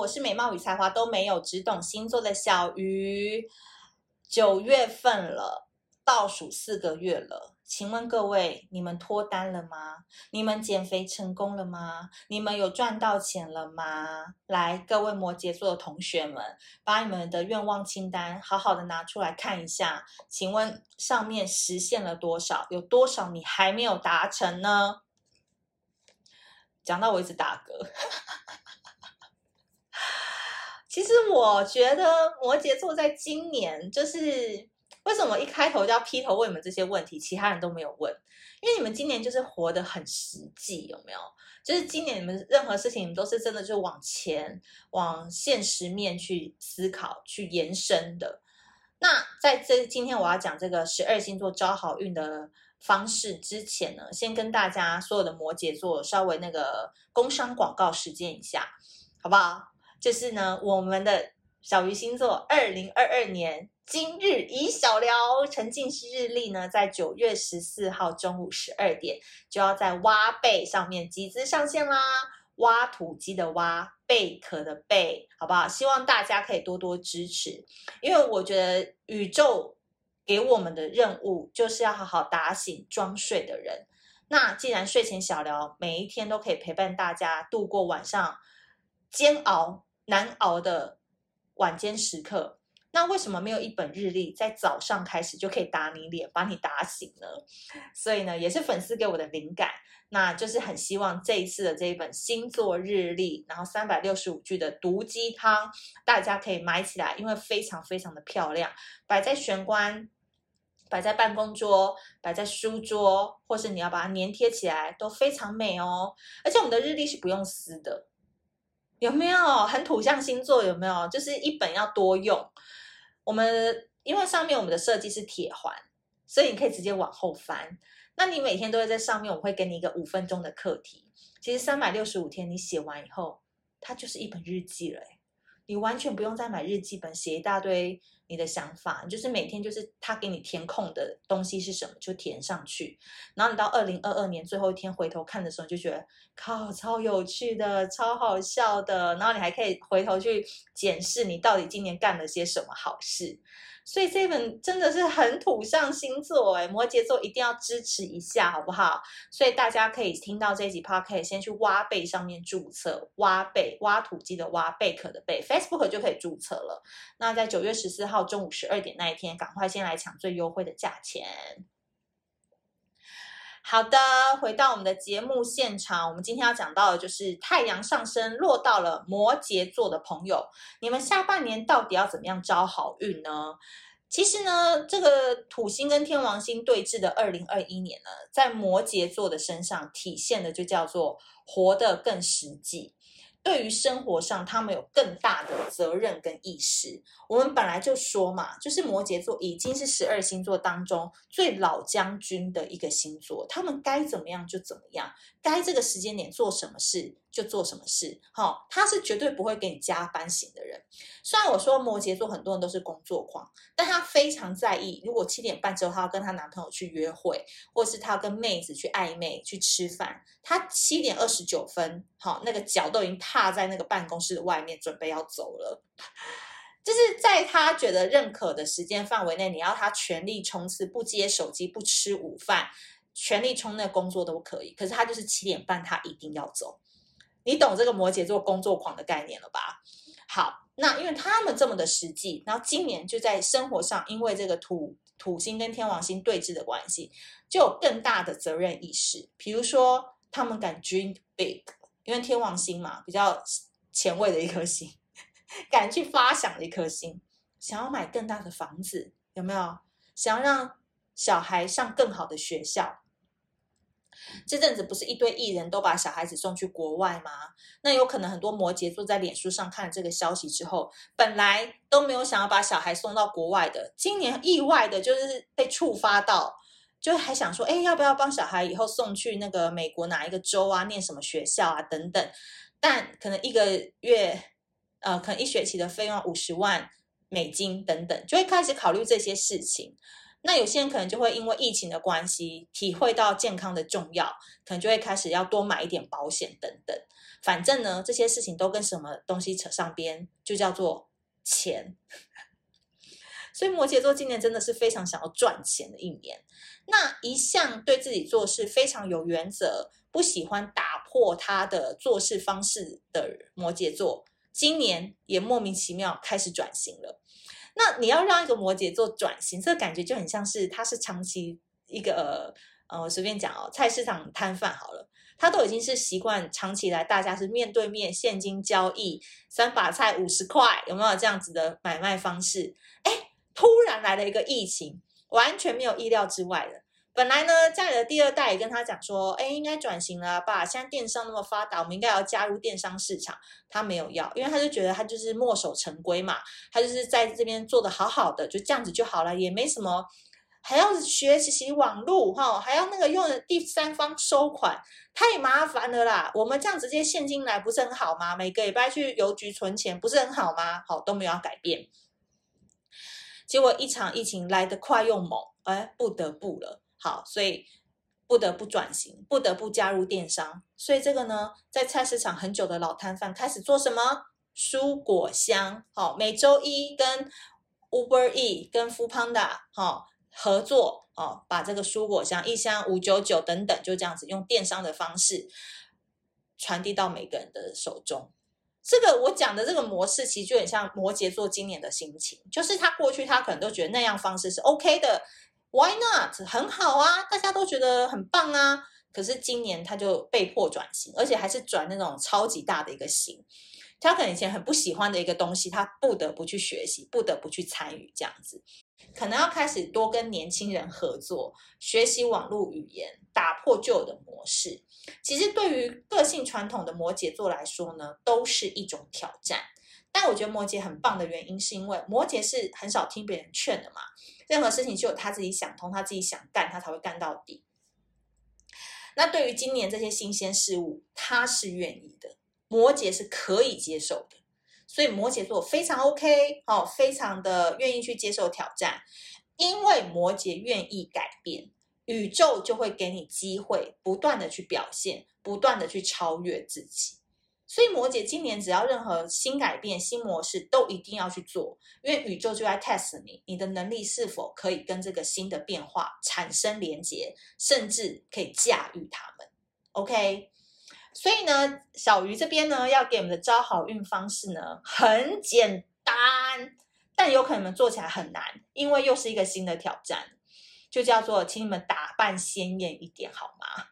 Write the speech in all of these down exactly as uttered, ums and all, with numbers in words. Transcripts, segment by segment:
我是美貌与才华都没有，只懂星座的小鱼。九月份了，倒数四个月了，请问各位，你们脱单了吗？你们减肥成功了吗？你们有赚到钱了吗？来，各位摩羯座的同学们，把你们的愿望清单好好的拿出来看一下，请问上面实现了多少？有多少你还没有达成呢？讲到我一直打嗝。其实我觉得摩羯座在今年就是为什么一开头就要劈头问你们这些问题，其他人都没有问，因为你们今年就是活得很实际，有没有？就是今年你们任何事情你们都是真的就往前往现实面去思考去延伸的。那在这今天我要讲这个十二星座招好运的方式之前呢，先跟大家所有的摩羯座稍微那个工商广告实践一下，好不好？就是呢，我们的小鱼星座二零二二年今日宜小聊沉浸式日历呢，在九月十四号中午十二点就要在挖贝上面集资上线啦。挖土机的挖，贝壳的贝，好不好？希望大家可以多多支持，因为我觉得宇宙给我们的任务就是要好好打醒装睡的人。那既然睡前小聊每一天都可以陪伴大家度过晚上煎熬难熬的晚间时刻，那为什么没有一本日历在早上开始就可以打你脸把你打醒呢？所以呢，也是粉丝给我的灵感，那就是很希望这一次的这一本星座日历，然后三百六十五句的毒鸡汤，大家可以买起来，因为非常非常的漂亮，摆在玄关，摆在办公桌，摆在书桌，或是你要把它粘贴起来都非常美哦。而且我们的日历是不用撕的，有没有很土象星座？有没有就是一本要多用？我们因为上面我们的设计是铁环，所以你可以直接往后翻。那你每天都会在上面，我们会给你一个五分钟的课题。其实三百六十五天你写完以后，它就是一本日记了。你完全不用再买日记本，写一大堆你的想法，你就是每天就是他给你填空的东西是什么就填上去，然后你到二零二二年最后一天回头看的时候，就觉得靠超有趣的，超好笑的，然后你还可以回头去检视你到底今年干了些什么好事。所以这本真的是很土象星座诶，摩羯座一定要支持一下好不好？所以大家可以听到这一集 podcast 先去挖贝上面注册，挖贝挖土机的挖，贝壳的贝， Facebook 就可以注册了。那在九月十四号中午十二点那一天，赶快先来抢最优惠的价钱。好的，回到我们的节目现场，我们今天要讲到的就是太阳上升落到了摩羯座的朋友，你们下半年到底要怎么样招好运呢？其实呢，这个土星跟天王星对峙的二零二一年呢，在摩羯座的身上体现的就叫做活得更实际。对于生活上他们有更大的责任跟意识。我们本来就说嘛，就是摩羯座已经是十二星座当中最老将军的一个星座，他们该怎么样就怎么样，该这个时间点做什么事就做什么事、哦、他是绝对不会给你加班型的人。虽然我说摩羯座很多人都是工作狂，但他非常在意，如果七点半之后他要跟他男朋友去约会，或是他要跟妹子去暧昧去吃饭，他七点二十九分、哦、那个脚都已经踏在那个办公室的外面准备要走了。就是在他觉得认可的时间范围内，你要他全力冲刺，不接手机不吃午饭，全力冲那个工作都可以，可是他就是七点半他一定要走。你懂这个摩羯座工作狂的概念了吧？好，那因为他们这么的实际，然后今年就在生活上因为这个土土星跟天王星对峙的关系，就有更大的责任意识。比如说他们敢 dream big， 因为天王星嘛，比较前卫的一颗星，敢去发想的一颗星，想要买更大的房子，有没有？想要让小孩上更好的学校。这阵子不是一堆艺人都把小孩子送去国外吗？那有可能很多摩羯座在脸书上看了这个消息之后，本来都没有想要把小孩送到国外的，今年意外的就是被触发到，就还想说，哎，要不要帮小孩以后送去那个美国哪一个州啊，念什么学校啊等等。但可能一个月呃，可能一学期的费用五十万美金等等，就会开始考虑这些事情。 那有些人可能就会因为疫情的关系，体会到健康的重要，可能就会开始要多买一点保险等等。反正呢，这些事情都跟什么东西扯上边，就叫做钱。所以摩羯座今年真的是非常想要赚钱的一年。那一向对自己做事非常有原则，不喜欢打破他的做事方式的摩羯座，今年也莫名其妙开始转型了。那你要让一个摩羯座转型，这个感觉就很像是他是长期一个呃，我随便讲哦，菜市场摊贩好了，他都已经是习惯长期来大家是面对面现金交易，三把菜五十块，有没有这样子的买卖方式？哎，突然来了一个疫情，完全没有意料之外的。本来呢，家里的第二代也跟他讲说，哎，应该转型了吧，现在电商那么发达，我们应该要加入电商市场。他没有要，因为他就觉得他就是墨守成规嘛，他就是在这边做得好好的，就这样子就好了，也没什么，还要学习网络哈，还要那个用第三方收款，太麻烦了啦。我们这样直接现金来不是很好吗？每个礼拜去邮局存钱不是很好吗？好，都没有要改变。结果一场疫情来得快又猛，哎，不得不了。好，所以不得不转型，不得不加入电商。所以这个呢，在菜市场很久的老摊贩开始做什么？蔬果箱。好，每周一跟 Uber E 跟 Foodpanda 好合作，哦，把这个蔬果箱一箱五九九等等，就这样子用电商的方式传递到每个人的手中。这个我讲的这个模式，其实就很像摩羯座今年的心情，就是他过去他可能都觉得那样方式是 OK 的。Why not？ 很好啊，大家都觉得很棒啊。可是今年他就被迫转型，而且还是转那种超级大的一个型。他可能以前很不喜欢的一个东西，他不得不去学习，不得不去参与这样子。可能要开始多跟年轻人合作，学习网络语言，打破旧有的模式。其实对于个性传统的摩羯座来说呢，都是一种挑战。但我觉得摩羯很棒的原因，是因为摩羯是很少听别人劝的嘛，任何事情就有他自己想通，他自己想干，他才会干到底。那对于今年这些新鲜事物，他是愿意的，摩羯是可以接受的，所以摩羯座非常 OK， 哦，非常的愿意去接受挑战，因为摩羯愿意改变，宇宙就会给你机会，不断的去表现，不断的去超越自己。所以摩羯今年只要任何新改变、新模式都一定要去做，因为宇宙就在 test 你，你的能力是否可以跟这个新的变化产生连结，甚至可以驾驭它们。OK， 所以呢，小鱼这边呢要给我们的招好运方式呢很简单，但有可能你们做起来很难，因为又是一个新的挑战，就叫做请你们打扮鲜艳一点好吗？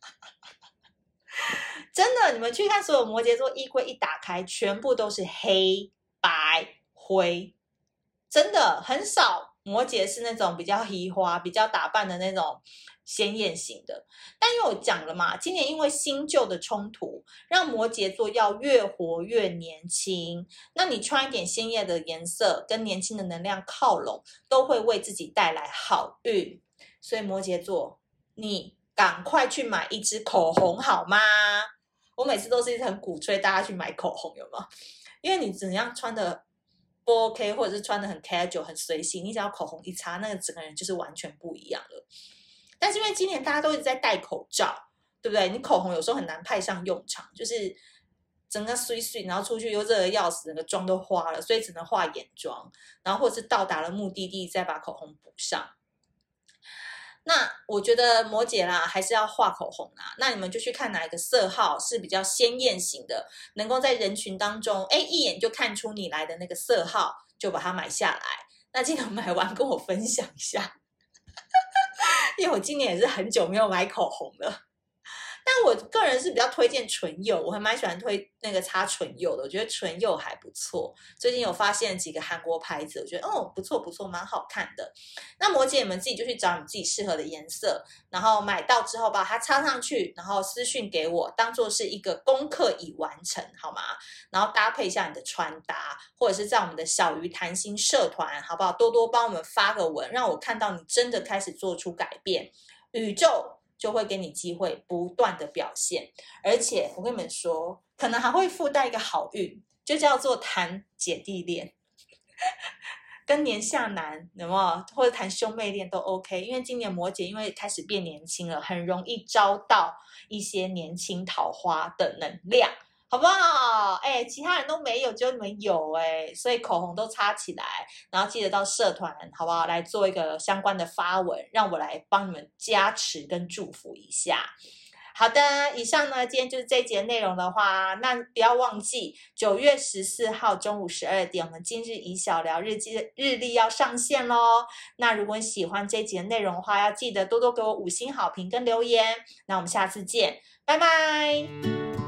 真的，你们去看所有摩羯座衣柜一打开，全部都是黑白灰，真的很少摩羯是那种比较黑花、比较打扮的那种鲜艳型的。但因为我讲了嘛，今年因为新旧的冲突，让摩羯座要越活越年轻。那你穿一点鲜艳的颜色，跟年轻的能量靠拢，都会为自己带来好运。所以摩羯座，你赶快去买一支口红好吗？我每次都是很鼓吹大家去买口红，有没有？因为你怎样穿的不 OK， 或者是穿的很 casual 很随性，你只要口红一擦，那个整个人就是完全不一样了。但是因为今年大家都一直在戴口罩，对不对？你口红有时候很难派上用场，就是整个碎碎，然后出去又热得要死，整个妆都花了，所以只能化眼妆，然后或者是到达了目的地再把口红补上。那我觉得摩羯啦还是要画口红啦，那你们就去看哪一个色号是比较鲜艳型的，能够在人群当中哎一眼就看出你来的那个色号，就把它买下来。那记得买完跟我分享一下因为我今年也是很久没有买口红了，但我个人是比较推荐唇釉，我还蛮喜欢推那个擦唇釉的，我觉得唇釉还不错。最近有发现几个韩国牌子，我觉得哦不错不错，蛮好看的。那摩羯你们自己就去找你自己适合的颜色，然后买到之后把它擦上去，然后私讯给我，当做是一个功课已完成，好吗？然后搭配一下你的穿搭，或者是在我们的小鱼谈心社团，好不好？多多帮我们发个文，让我看到你真的开始做出改变，宇宙就会给你机会不断的表现。而且我跟你们说，可能还会附带一个好运，就叫做谈姐弟恋跟年下男有没有，或者谈兄妹恋都 OK， 因为今年摩羯因为开始变年轻了，很容易招到一些年轻桃花的能量，好不好？哎，其他人都没有，只有你们有哎，所以口红都擦起来，然后记得到社团好不好，来做一个相关的发文，让我来帮你们加持跟祝福一下。好的，以上呢，今天就是这一节内容的话，那不要忘记九月十四号中午十二点，我们今日以小聊日记日历要上线咯。那如果你喜欢这一节内容的话，要记得多多给我五星好评跟留言。那我们下次见，拜拜。